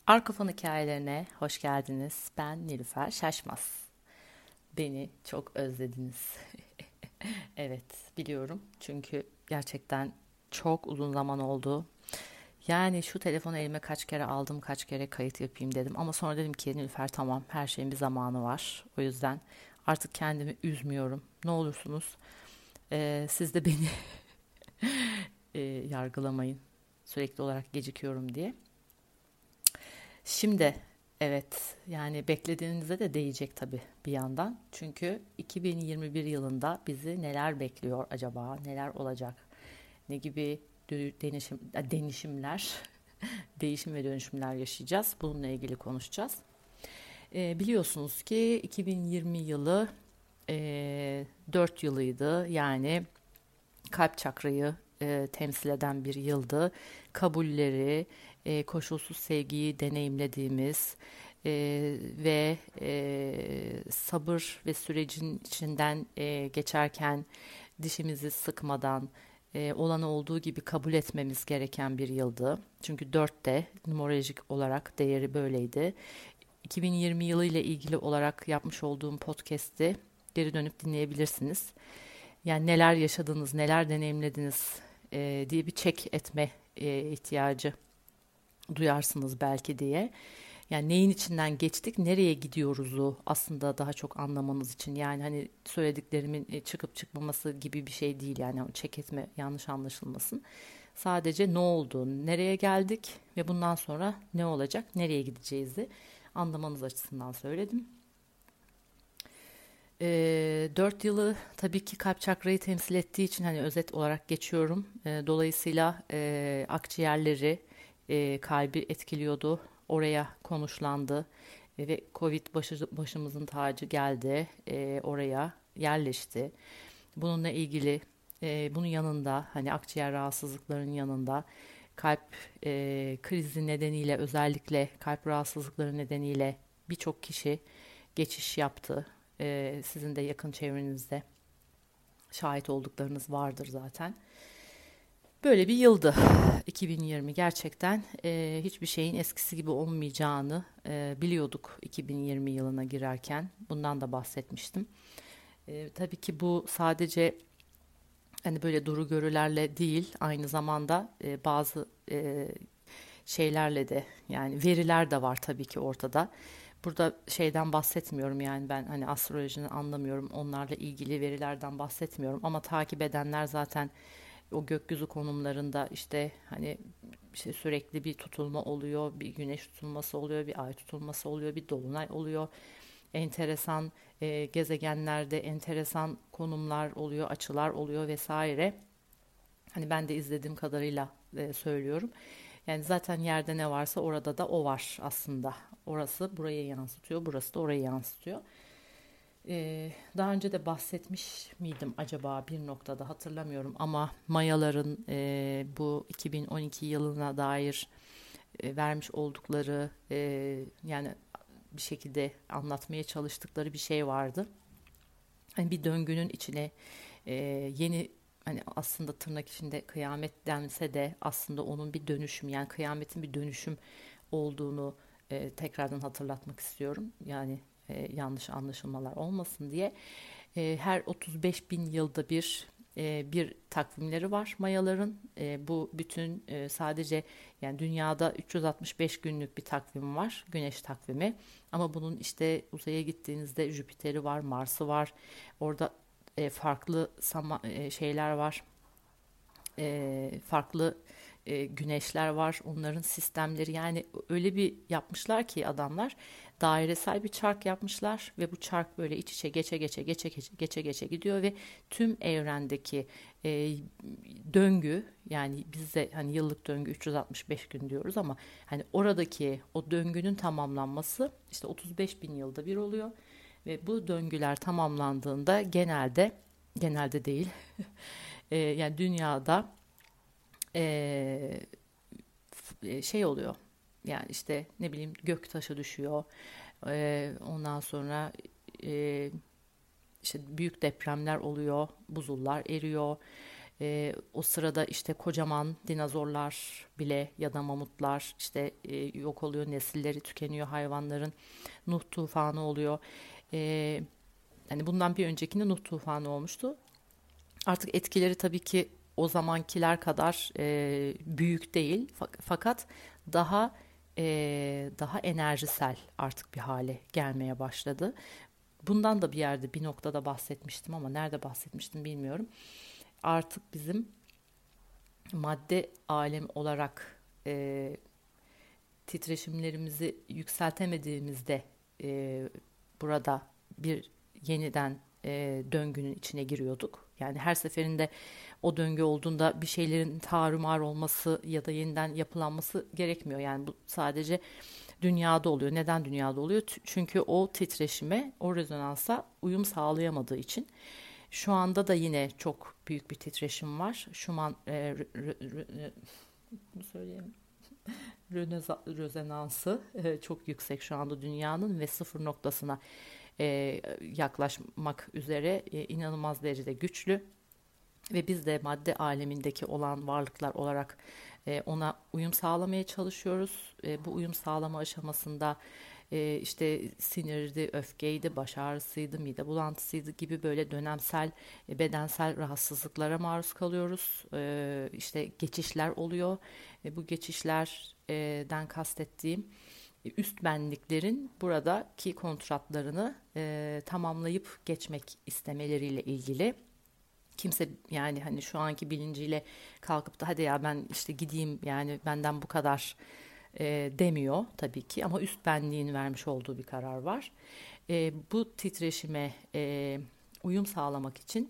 Arka Fon Hikayelerine hoş geldiniz. Ben Nilüfer Şaşmaz. Beni çok özlediniz. Evet, biliyorum. Çünkü gerçekten çok uzun zaman oldu. Yani şu telefonu elime kaç kere aldım, kaç kere kayıt yapayım dedim. Ama sonra dedim ki Nilüfer tamam, her şeyin bir zamanı var. O yüzden artık kendimi üzmüyorum. Ne olursunuz siz de beni yargılamayın. Sürekli olarak gecikiyorum diye. Şimdi evet yani beklediğinize de değecek tabii bir yandan. Çünkü 2021 yılında bizi neler bekliyor acaba? Neler olacak? Ne gibi denişimler, değişim ve dönüşümler yaşayacağız? Bununla ilgili konuşacağız. Biliyorsunuz ki 2020 yılı 4 yılıydı. Yani kalp çakrayı temsil eden bir yıldı. Kabulleri, koşulsuz sevgiyi deneyimlediğimiz ve sabır ve sürecin içinden geçerken dişimizi sıkmadan olanı olduğu gibi kabul etmemiz gereken bir yıldı. Çünkü 4 de numerolojik olarak değeri böyleydi. 2020 yılı ile ilgili olarak yapmış olduğum podcast'i geri dönüp dinleyebilirsiniz. Yani neler yaşadınız, neler deneyimlediniz diye bir check etme ihtiyacı duyarsınız belki diye. Yani neyin içinden geçtik, nereye gidiyoruzu aslında daha çok anlamanız için. Yani hani söylediklerimin çıkıp çıkmaması gibi bir şey değil. Yani check etme yanlış anlaşılmasın. Sadece ne oldu, nereye geldik ve bundan sonra ne olacak, nereye gideceğizi anlamanız açısından söyledim. 4 yılı tabii ki kalp çakrayı temsil ettiği için hani özet olarak geçiyorum. Dolayısıyla akciğerleri, kalbi etkiliyordu. Oraya konuşlandı. Ve Covid başımızın tacı geldi. Oraya yerleşti. Bununla ilgili bunun yanında hani akciğer rahatsızlıklarının yanında kalp krizi nedeniyle özellikle kalp rahatsızlıkları nedeniyle birçok kişi geçiş yaptı. Sizin de yakın çevrenizde şahit olduklarınız vardır zaten. Böyle bir yıldı 2020 gerçekten hiçbir şeyin eskisi gibi olmayacağını biliyorduk 2020 yılına girerken. Bundan da bahsetmiştim. Tabii ki bu sadece hani böyle duru görülerle değil aynı zamanda bazı şeylerle de yani veriler de var tabii ki ortada. Burada şeyden bahsetmiyorum yani ben hani astrolojiden anlamıyorum onlarla ilgili verilerden bahsetmiyorum ama takip edenler zaten o gökyüzü konumlarında işte hani işte sürekli bir tutulma oluyor, bir güneş tutulması oluyor, bir ay tutulması oluyor, bir dolunay oluyor. Enteresan gezegenlerde enteresan konumlar oluyor, açılar oluyor vesaire. Hani ben de izlediğim kadarıyla söylüyorum. Yani zaten yerde ne varsa orada da o var aslında. Orası buraya yansıtıyor, burası da orayı yansıtıyor. Daha önce de bahsetmiş miydim acaba bir noktada hatırlamıyorum ama Mayaların bu 2012 yılına dair vermiş oldukları yani bir şekilde anlatmaya çalıştıkları bir şey vardı. Hani bir döngünün içine e, yeni hani aslında tırnak içinde kıyamet dense de aslında onun bir dönüşüm yani kıyametin bir dönüşüm olduğunu tekrardan hatırlatmak istiyorum. Yani yanlış anlaşılmalar olmasın diye. Her 35 bin yılda bir takvimleri var Mayaların. Bu bütün sadece yani dünyada 365 günlük bir takvim var. Güneş takvimi. Ama bunun işte uzaya gittiğinizde Jüpiter'i var, Mars'ı var. Orada farklı şeyler var. Farklı güneşler var. Onların sistemleri yani öyle bir yapmışlar ki adamlar dairesel bir çark yapmışlar ve bu çark böyle iç içe geçe geçe gidiyor ve tüm evrendeki döngü yani bizde hani yıllık döngü 365 gün diyoruz ama hani oradaki o döngünün tamamlanması işte 35 bin yılda bir oluyor ve bu döngüler tamamlandığında genelde değil yani dünyada e, şey oluyor. Yani işte ne bileyim gök taşı düşüyor. Ondan sonra e, işte büyük depremler oluyor. Buzullar eriyor. O sırada işte kocaman dinozorlar bile ya da mamutlar işte yok oluyor, nesilleri tükeniyor hayvanların. Nuh tufanı oluyor. E, Hani bundan bir öncekinde Nuh tufanı olmuştu. Artık etkileri tabii ki o zamankiler kadar büyük değil, fakat daha daha enerjisel artık bir hale gelmeye başladı. Bundan da bir yerde, bir noktada bahsetmiştim ama nerede bahsetmiştim bilmiyorum. Artık bizim madde alem olarak titreşimlerimizi yükseltemediğimizde burada bir yeniden döngünün içine giriyorduk. Yani her seferinde o döngü olduğunda bir şeylerin tarumar olması ya da yeniden yapılanması gerekmiyor. Yani bu sadece dünyada oluyor. Neden dünyada oluyor? Çünkü o titreşime, o rezonansa uyum sağlayamadığı için. Şu anda da yine çok büyük bir titreşim var. Schumann söyleyeyim. Rezonansı çok yüksek şu anda dünyanın ve sıfır noktasına yaklaşmak üzere inanılmaz derecede güçlü. Ve biz de madde alemindeki olan varlıklar olarak ona uyum sağlamaya çalışıyoruz. Bu uyum sağlama aşamasında işte sinirdi, öfkeydi, baş ağrısıydı, mide bulantısıydı gibi böyle dönemsel bedensel rahatsızlıklara maruz kalıyoruz. İşte geçişler oluyor. Bu geçişlerden kastettiğim üst benliklerin buradaki kontratlarını tamamlayıp geçmek istemeleriyle ilgili. Kimse yani hani şu anki bilinciyle kalkıp da hadi ya ben işte gideyim yani benden bu kadar demiyor tabii ki, ama üst benliğin vermiş olduğu bir karar var. Bu titreşime uyum sağlamak için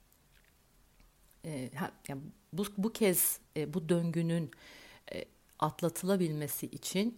yani bu kez bu döngünün atlatılabilmesi için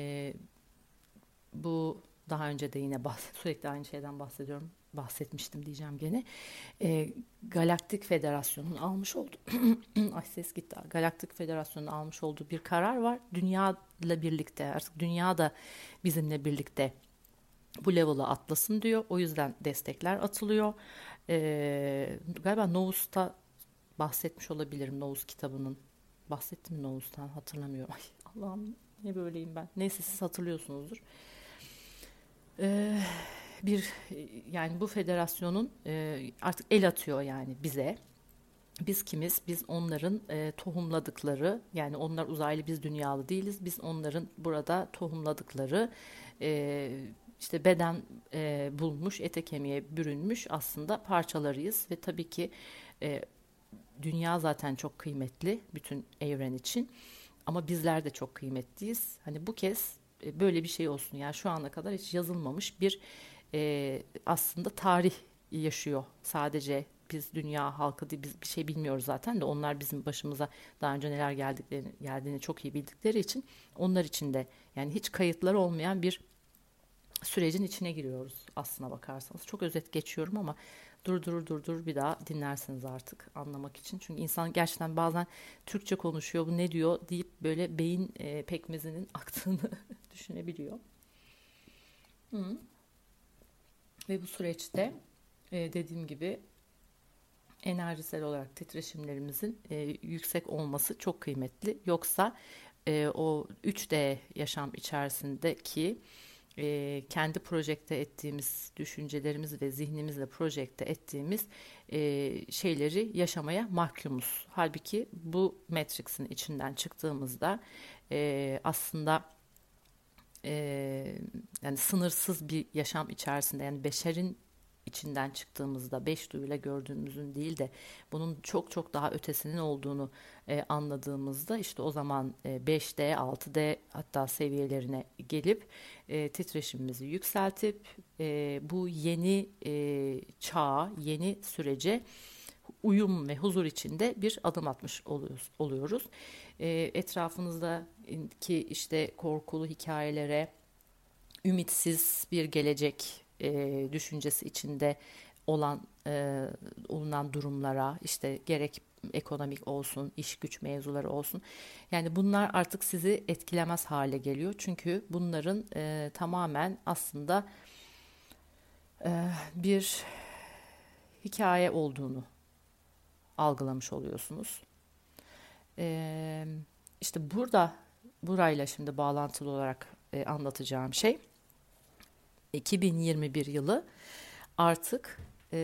bu daha önce de yine sürekli aynı şeyden bahsediyorum. Bahsetmiştim diyeceğim gene. Galaktik Federasyon'un almış olduğu ay ses gitti. Galaktik Federasyon'un almış olduğu bir karar var. Dünya ile birlikte artık dünya da bizimle birlikte bu level'a atlasın diyor. O yüzden destekler atılıyor. Galiba Novus'ta bahsetmiş olabilirim, Novus kitabının. Bahsettim mi Novus'tan, hatırlamıyorum. Ay Allah'ım, ne böyleyim ben. Neyse, siz hatırlıyorsunuzdur. Ee, bir Yani bu federasyonun artık el atıyor yani bize. Biz kimiz? Biz onların tohumladıkları, yani onlar uzaylı, biz dünyalı değiliz. Biz onların burada tohumladıkları e, işte beden bulmuş, ete kemiğe bürünmüş aslında parçalarıyız ve tabii ki e, dünya zaten çok kıymetli bütün evren için. Ama bizler de çok kıymetliyiz. Hani bu kez böyle bir şey olsun. Yani şu ana kadar hiç yazılmamış bir aslında tarih yaşıyor. Sadece biz dünya halkı değil, biz bir şey bilmiyoruz zaten de onlar bizim başımıza daha önce neler geldiğini çok iyi bildikleri için onlar için de yani hiç kayıtları olmayan bir sürecin içine giriyoruz aslına bakarsanız. Çok özet geçiyorum ama dur bir daha dinlersiniz artık anlamak için. Çünkü insan gerçekten bazen Türkçe konuşuyor, bu ne diyor deyip böyle beyin pekmezinin aktığını düşünebiliyor. Hı. Ve bu süreçte dediğim gibi enerjisel olarak titreşimlerimizin yüksek olması çok kıymetli. Yoksa o 3D yaşam içerisindeki kendi projekte ettiğimiz düşüncelerimiz ve zihnimizle projekte ettiğimiz şeyleri yaşamaya mahkumuz. Halbuki bu Matrix'in içinden çıktığımızda aslında yani sınırsız bir yaşam içerisinde, yani beşerin içinden çıktığımızda beş duyuyla gördüğümüzün değil de bunun çok çok daha ötesinin olduğunu anladığımızda işte o zaman 5D, 6D hatta seviyelerine gelip titreşimimizi yükseltip bu yeni çağa, yeni sürece uyum ve huzur içinde bir adım atmış oluyoruz. Etrafınızdaki işte korkulu hikayelere, ümitsiz bir gelecek düşüncesi içinde olunan durumlara, işte gerek ekonomik olsun, iş güç mevzuları olsun. Yani bunlar artık sizi etkilemez hale geliyor. Çünkü bunların tamamen aslında bir hikaye olduğunu algılamış oluyorsunuz. E, işte burayla şimdi bağlantılı olarak anlatacağım şey 2021 yılı artık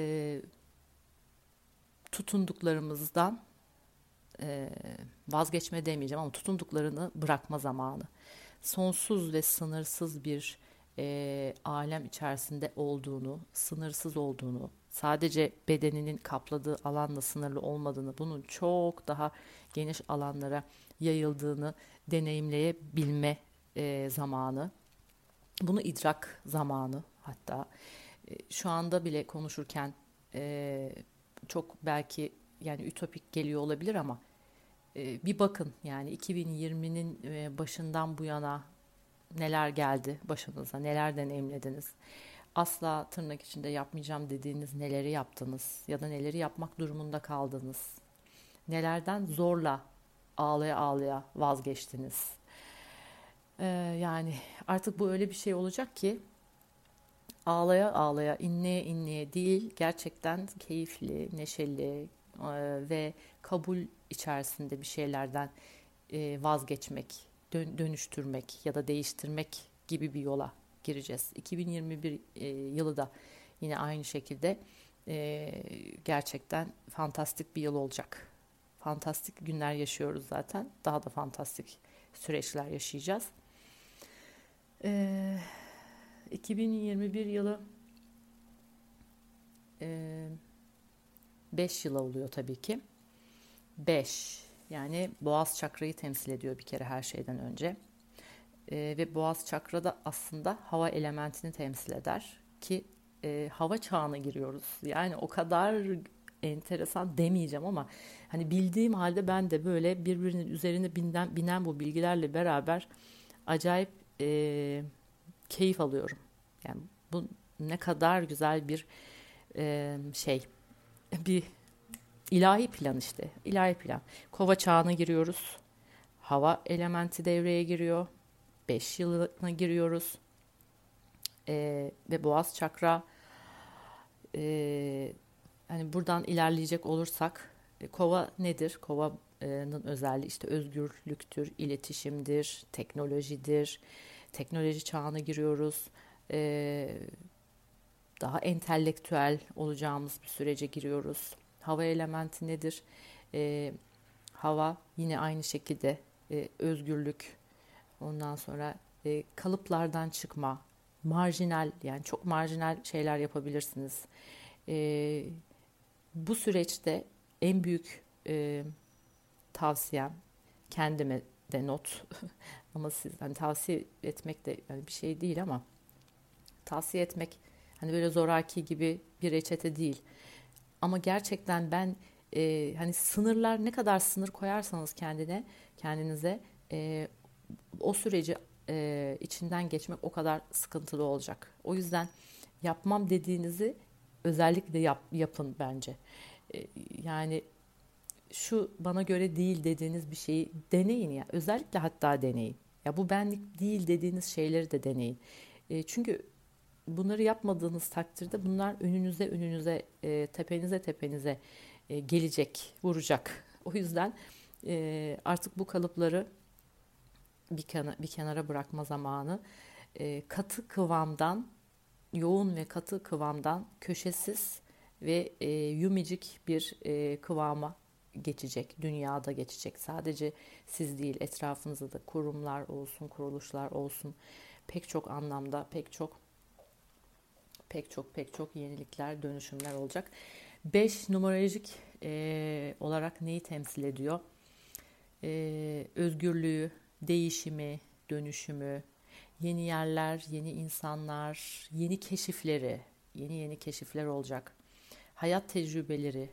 tutunduklarımızdan vazgeçme demeyeceğim ama tutunduklarını bırakma zamanı. Sonsuz ve sınırsız bir alem içerisinde olduğunu, sınırsız olduğunu, sadece bedeninin kapladığı alanla sınırlı olmadığını, bunun çok daha geniş alanlara yayıldığını deneyimleyebilme zamanı. Bunu idrak zamanı hatta. Şu anda bile konuşurken çok belki yani ütopik geliyor olabilir ama bir bakın yani 2020'nin başından bu yana neler geldi başınıza, neler deneyimlediniz. Asla tırnak içinde yapmayacağım dediğiniz neleri yaptınız ya da neleri yapmak durumunda kaldınız. Nelerden zorla ağlaya ağlaya vazgeçtiniz. Yani artık bu öyle bir şey olacak ki ağlaya ağlaya, inleye inleye değil, gerçekten keyifli, neşeli ve kabul içerisinde bir şeylerden vazgeçmek, dönüştürmek ya da değiştirmek gibi bir yola gireceğiz. 2021 yılı da yine aynı şekilde gerçekten fantastik bir yıl olacak. Fantastik günler yaşıyoruz zaten. Daha da fantastik süreçler yaşayacağız. 2021 yılı 5 yıla oluyor tabii ki. 5 yani boğaz çakrayı temsil ediyor bir kere her şeyden önce. Ve boğaz çakra da aslında hava elementini temsil eder ki hava çağına giriyoruz. Yani o kadar enteresan demeyeceğim ama hani bildiğim halde ben de böyle birbirinin üzerine binen bu bilgilerle beraber acayip keyif alıyorum. Yani bu ne kadar güzel bir şey, bir ilahi plan işte, ilahi plan. Kova çağına giriyoruz. Hava elementi devreye giriyor. 5 yılına giriyoruz. Ve boğaz çakra hani buradan ilerleyecek olursak kova nedir? Kovanın özelliği işte özgürlüktür, iletişimdir, teknolojidir. Teknoloji çağına giriyoruz. Daha entelektüel olacağımız bir sürece giriyoruz. Hava elementi nedir? Hava yine aynı şekilde özgürlük, ondan sonra kalıplardan çıkma, marjinal yani çok marjinal şeyler yapabilirsiniz. E, Bu süreçte en büyük tavsiyem kendime de not ama siz hani tavsiye etmek de yani bir şey değil ama tavsiye etmek hani böyle zoraki gibi bir reçete değil. Ama gerçekten ben hani sınırlar ne kadar sınır koyarsanız kendinize o süreci içinden geçmek o kadar sıkıntılı olacak. O yüzden yapmam dediğinizi özellikle yapın bence. Yani şu bana göre değil dediğiniz bir şeyi deneyin ya. Özellikle hatta deneyin. Ya bu benlik değil dediğiniz şeyleri de deneyin. Çünkü bunları yapmadığınız takdirde bunlar önünüze tepenize gelecek, vuracak. O yüzden artık bu kalıpları bir kenara bırakma zamanı. Katı kıvamdan, yoğun ve katı kıvamdan köşesiz ve yumicik bir kıvama geçecek, dünyada geçecek. Sadece siz değil, etrafınızda da kurumlar olsun, kuruluşlar olsun, pek çok anlamda, pek çok yenilikler, dönüşümler olacak. 5 numerolojik olarak neyi temsil ediyor? Özgürlüğü, değişimi, dönüşümü, yeni yerler, yeni insanlar, yeni keşifler olacak. Hayat tecrübeleri,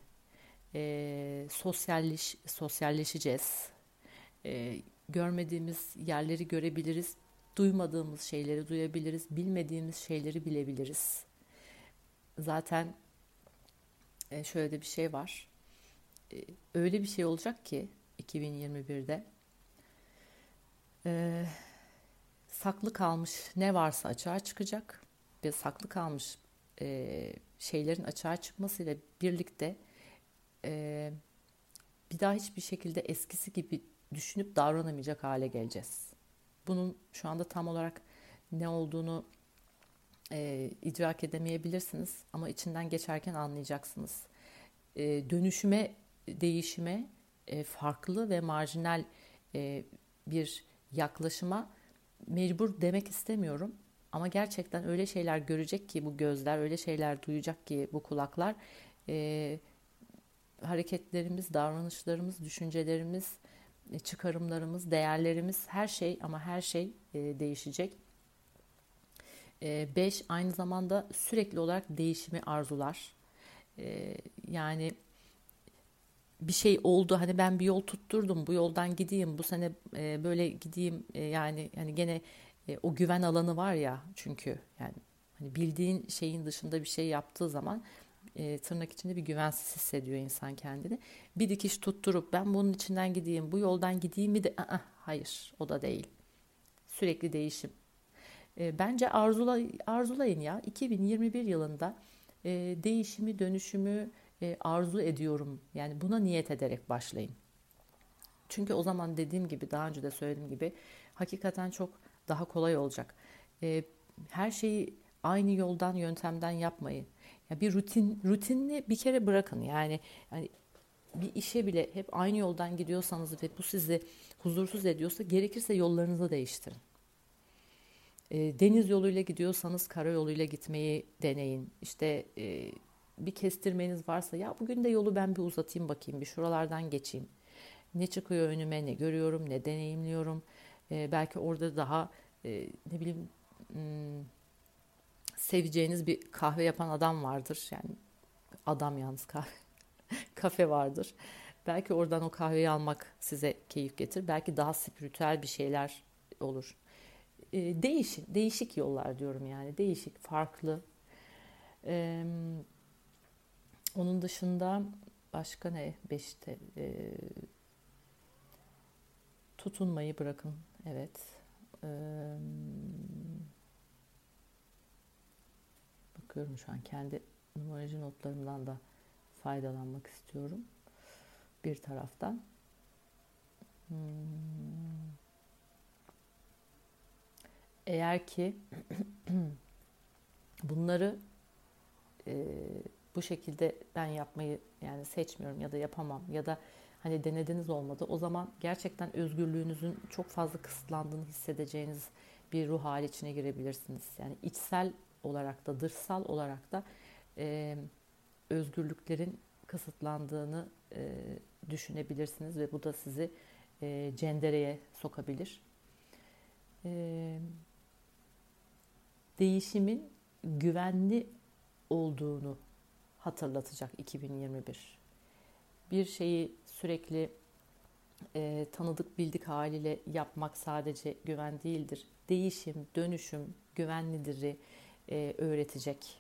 sosyalleşeceğiz. Görmediğimiz yerleri görebiliriz, duymadığımız şeyleri duyabiliriz, bilmediğimiz şeyleri bilebiliriz. Zaten şöyle de bir şey var. Öyle bir şey olacak ki 2021'de saklı kalmış ne varsa açığa çıkacak ve saklı kalmış şeylerin açığa çıkmasıyla birlikte bir daha hiçbir şekilde eskisi gibi düşünüp davranamayacak hale geleceğiz. Bunun şu anda tam olarak ne olduğunu idrak edemeyebilirsiniz ama içinden geçerken anlayacaksınız. Dönüşüme, değişime, farklı ve marjinal bir yaklaşıma mecbur demek istemiyorum. Ama gerçekten öyle şeyler görecek ki bu gözler, öyle şeyler duyacak ki bu kulaklar, e, hareketlerimiz, davranışlarımız, düşüncelerimiz, çıkarımlarımız, değerlerimiz, her şey ama her şey değişecek. 5 aynı zamanda sürekli olarak değişimi arzular. Yani bir şey oldu, hani ben bir yol tutturdum, bu yoldan gideyim, bu sene böyle gideyim, yani hani gene o güven alanı var ya, çünkü yani hani bildiğin şeyin dışında bir şey yaptığı zaman tırnak içinde bir güvensiz hissediyor insan kendini. Bir dikiş tutturup ben bunun içinden gideyim, bu yoldan gideyim mi de hayır, o da değil. Sürekli değişim. Bence arzulayın ya. 2021 yılında değişimi, dönüşümü arzu ediyorum. Yani buna niyet ederek başlayın. Çünkü o zaman dediğim gibi, daha önce de söylediğim gibi, hakikaten çok daha kolay olacak. E, Her şeyi aynı yoldan, yöntemden yapmayın. Ya bir rutinini bir kere bırakın. Yani bir işe bile hep aynı yoldan gidiyorsanız ve bu sizi huzursuz ediyorsa, gerekirse yollarınızı değiştirin. Deniz yoluyla gidiyorsanız karayoluyla gitmeyi deneyin. İşte bir kestirmeniz varsa, ya bugün de yolu ben bir uzatayım, bakayım bir şuralardan geçeyim. Ne çıkıyor önüme, ne görüyorum, ne deneyimliyorum. Belki orada daha ne bileyim, hmm, seveceğiniz bir kahve yapan adam vardır. Yani adam, yalnız kahve kafe vardır. Belki oradan o kahveyi almak size keyif getirir. Belki daha spiritüel bir şeyler olur. Değişik yollar diyorum yani. Değişik, farklı. Ee, Onun dışında başka ne? Beşte tutunmayı bırakın. Evet. Ee, Bakıyorum şu an kendi numaroloji notlarımdan da faydalanmak istiyorum. Bir taraftan. Eğer ki bunları e, bu şekilde ben yapmayı yani seçmiyorum ya da yapamam ya da hani denediniz olmadı, o zaman gerçekten özgürlüğünüzün çok fazla kısıtlandığını hissedeceğiniz bir ruh hali içine girebilirsiniz. Yani içsel olarak da dışsal olarak da e, özgürlüklerin kısıtlandığını düşünebilirsiniz ve bu da sizi cendereye sokabilir. E, Değişimin güvenli olduğunu hatırlatacak 2021. Bir şeyi sürekli tanıdık bildik haliyle yapmak sadece güven değildir. Değişim, dönüşüm güvenlidir'i öğretecek.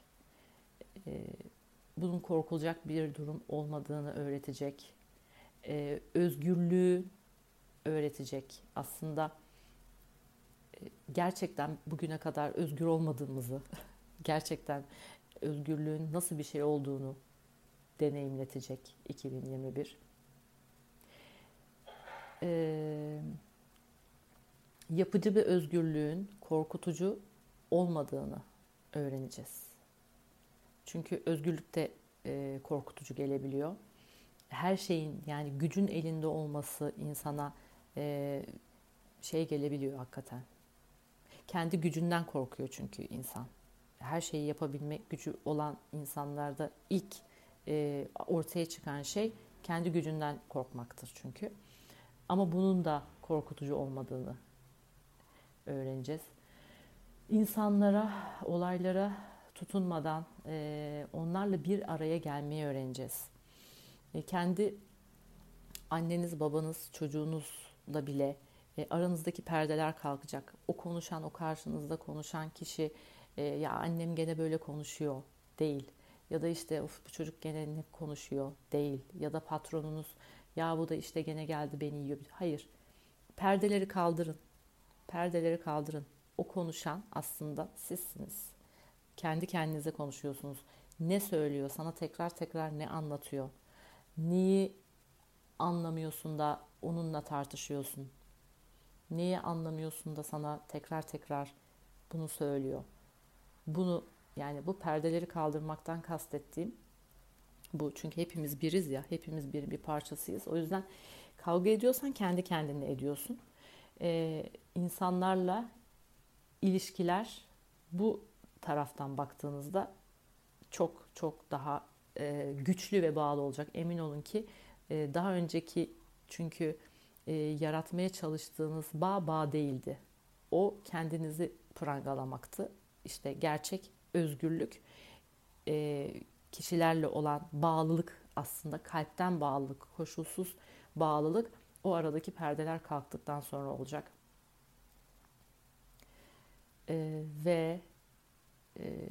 Bunun korkulacak bir durum olmadığını öğretecek. Özgürlüğü öğretecek. Aslında gerçekten bugüne kadar özgür olmadığımızı, gerçekten özgürlüğün nasıl bir şey olduğunu deneyimletecek 2021. Ee, Yapıcı bir özgürlüğün korkutucu olmadığını öğreneceğiz. Çünkü özgürlük de korkutucu gelebiliyor. Her şeyin, yani gücün elinde olması insana e, şey gelebiliyor hakikaten. Kendi gücünden korkuyor çünkü insan. Her şeyi yapabilme gücü olan insanlarda ilk ortaya çıkan şey kendi gücünden korkmaktır çünkü. Ama bunun da korkutucu olmadığını öğreneceğiz. İnsanlara, olaylara tutunmadan onlarla bir araya gelmeyi öğreneceğiz. Kendi anneniz, babanız, çocuğunuzla bile aranızdaki perdeler kalkacak. O konuşan, o karşınızda konuşan kişi ya annem gene böyle konuşuyor değil. Ya da işte of, bu çocuk gene ne konuşuyor değil. Ya da patronunuz ya bu da işte gene geldi beni yiyor. Hayır. Perdeleri kaldırın. Perdeleri kaldırın. O konuşan aslında sizsiniz. Kendi kendinize konuşuyorsunuz. Ne söylüyor? Sana tekrar tekrar ne anlatıyor? Neyi anlamıyorsun da onunla tartışıyorsun? Neyi anlamıyorsun da sana tekrar tekrar bunu söylüyor? Bunu, yani bu perdeleri kaldırmaktan kastettiğim bu. Çünkü hepimiz biriz ya, hepimiz bir parçasıyız. O yüzden kavga ediyorsan kendi kendine ediyorsun. İnsanlarla ilişkiler bu taraftan baktığınızda çok çok daha güçlü ve bağlı olacak. Emin olun ki daha önceki, çünkü yaratmaya çalıştığınız bağ değildi. O kendinizi prangalamaktı. İşte gerçek özgürlük, e, kişilerle olan bağlılık, aslında kalpten bağlılık, koşulsuz bağlılık o aradaki perdeler kalktıktan sonra olacak. Ve e,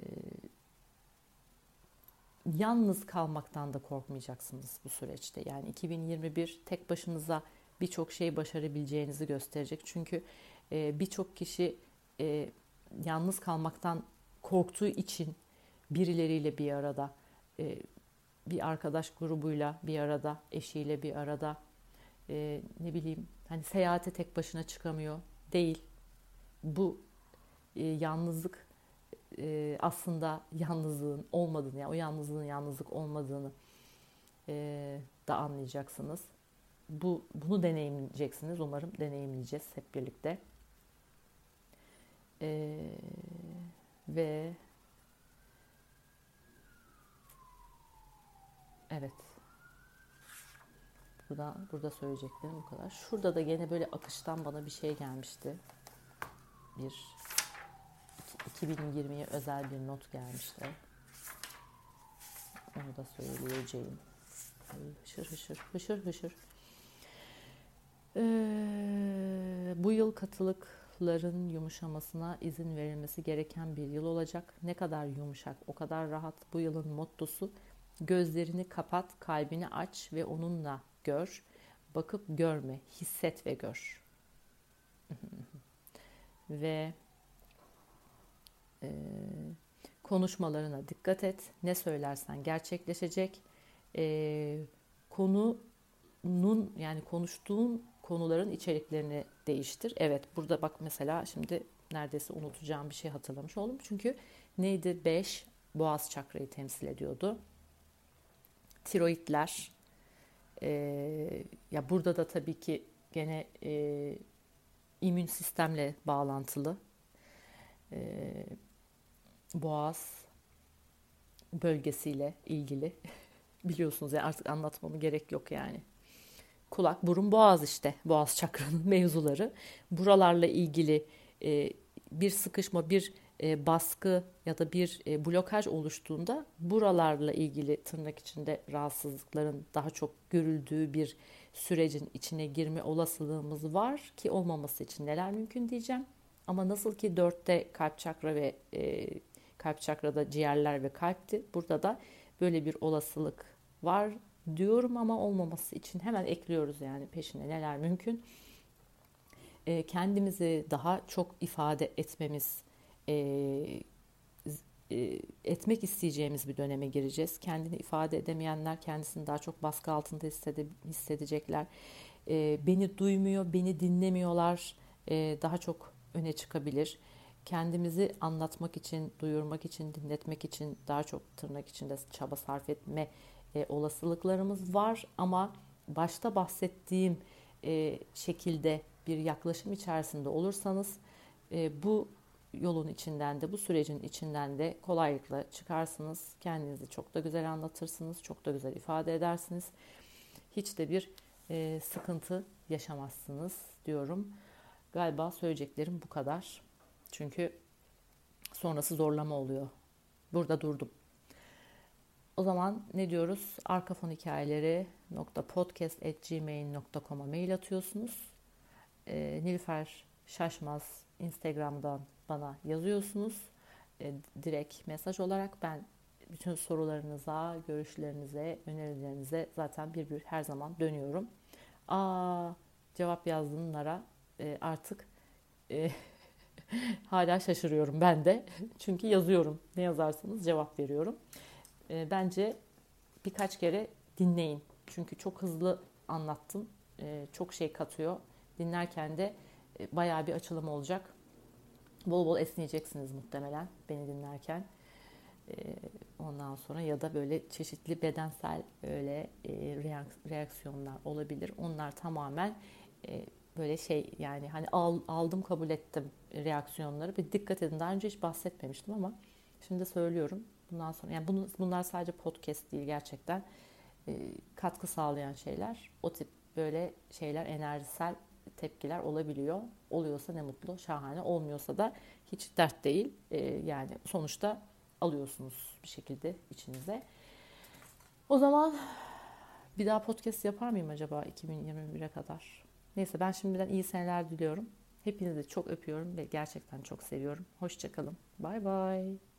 yalnız kalmaktan da korkmayacaksınız bu süreçte. Yani 2021 tek başınıza birçok şey başarabileceğinizi gösterecek. Çünkü birçok kişi yalnız kalmaktan korktuğu için birileriyle bir arada, bir arkadaş grubuyla bir arada, eşiyle bir arada, ne bileyim, hani seyahate tek başına çıkamıyor değil. Bu yalnızlık aslında yalnızlığın olmadığını, yani o yalnızlığın yalnızlık olmadığını da anlayacaksınız. Bunu deneyimleyeceksiniz. Umarım deneyimleyeceğiz hep birlikte. E, ve evet, burada söyleyeceklerim bu kadar. Şurada da gene böyle akıştan bana bir şey gelmişti. Bir 2020'ye özel bir not gelmişti. Onu da söyleyeceğim. Hışır hışır, hışır hışır. Bu yıl katılıkların yumuşamasına izin verilmesi gereken bir yıl olacak. Ne kadar yumuşak, o kadar rahat. Bu yılın mottosu: gözlerini kapat, kalbini aç ve onunla gör. Bakıp görme, hisset ve gör. Ve konuşmalarına dikkat et. Ne söylersen gerçekleşecek. Konunun, yani konuştuğun konuların içeriklerini değiştir. Evet, burada bak mesela, şimdi neredeyse unutacağım bir şey hatırlamış oldum. Çünkü neydi? 5 boğaz çakrayı temsil ediyordu. Tiroidler. Ya burada da tabii ki gene immün sistemle bağlantılı. Boğaz bölgesiyle ilgili. Biliyorsunuz yani, artık anlatmama gerek yok yani. Kulak, burun, boğaz, işte boğaz çakranın mevzuları. Buralarla ilgili bir sıkışma, bir baskı ya da bir blokaj oluştuğunda buralarla ilgili tırnak içinde rahatsızlıkların daha çok görüldüğü bir sürecin içine girme olasılığımız var ki olmaması için neler mümkün diyeceğim. Ama nasıl ki dörtte kalp çakra ve kalp çakrada ciğerler ve kalpti, burada da böyle bir olasılık var diyorum ama olmaması için hemen ekliyoruz yani peşine neler mümkün. Kendimizi daha çok ifade etmemiz, etmek isteyeceğimiz bir döneme gireceğiz. Kendini ifade edemeyenler kendisini daha çok baskı altında hissedecekler. Beni duymuyor, beni dinlemiyorlar, daha çok öne çıkabilir. Kendimizi anlatmak için, duyurmak için, dinletmek için daha çok tırnak içinde çaba sarf etme olasılıklarımız var. Ama başta bahsettiğim şekilde bir yaklaşım içerisinde olursanız bu yolun içinden de, bu sürecin içinden de kolaylıkla çıkarsınız. Kendinizi çok da güzel anlatırsınız, çok da güzel ifade edersiniz. Hiç de bir sıkıntı yaşamazsınız diyorum. Galiba söyleyeceklerim bu kadar. Çünkü sonrası zorlama oluyor. Burada durdum. O zaman ne diyoruz? arkafonhikayeleri.podcast@gmail.com'a mail atıyorsunuz. Nilüfer Şaşmaz Instagram'dan bana yazıyorsunuz. Direkt mesaj olarak ben bütün sorularınıza, görüşlerinize, önerilerinize zaten bir her zaman dönüyorum. Cevap yazdığınlara artık hala şaşırıyorum ben de. Çünkü yazıyorum. Ne yazarsanız cevap veriyorum. Bence birkaç kere dinleyin. Çünkü çok hızlı anlattın. Çok şey katıyor. Dinlerken de bayağı bir açılım olacak. Bol bol esneyeceksiniz muhtemelen beni dinlerken. Ondan sonra ya da böyle çeşitli bedensel öyle reaksiyonlar olabilir. Onlar tamamen böyle şey, yani hani aldım kabul ettim reaksiyonları. Bir dikkat edin, daha önce hiç bahsetmemiştim ama şimdi söylüyorum. Bundan sonra yani bunlar sadece podcast değil, gerçekten katkı sağlayan şeyler. O tip böyle şeyler, enerjisel tepkiler olabiliyor. Oluyorsa ne mutlu, şahane. Olmuyorsa da hiç dert değil. Yani sonuçta alıyorsunuz bir şekilde içinize. O zaman bir daha podcast yapar mıyım acaba 2021'e kadar? Neyse, ben şimdiden iyi seneler diliyorum. Hepinizi çok öpüyorum ve gerçekten çok seviyorum. Hoşça kalın. Bay bay.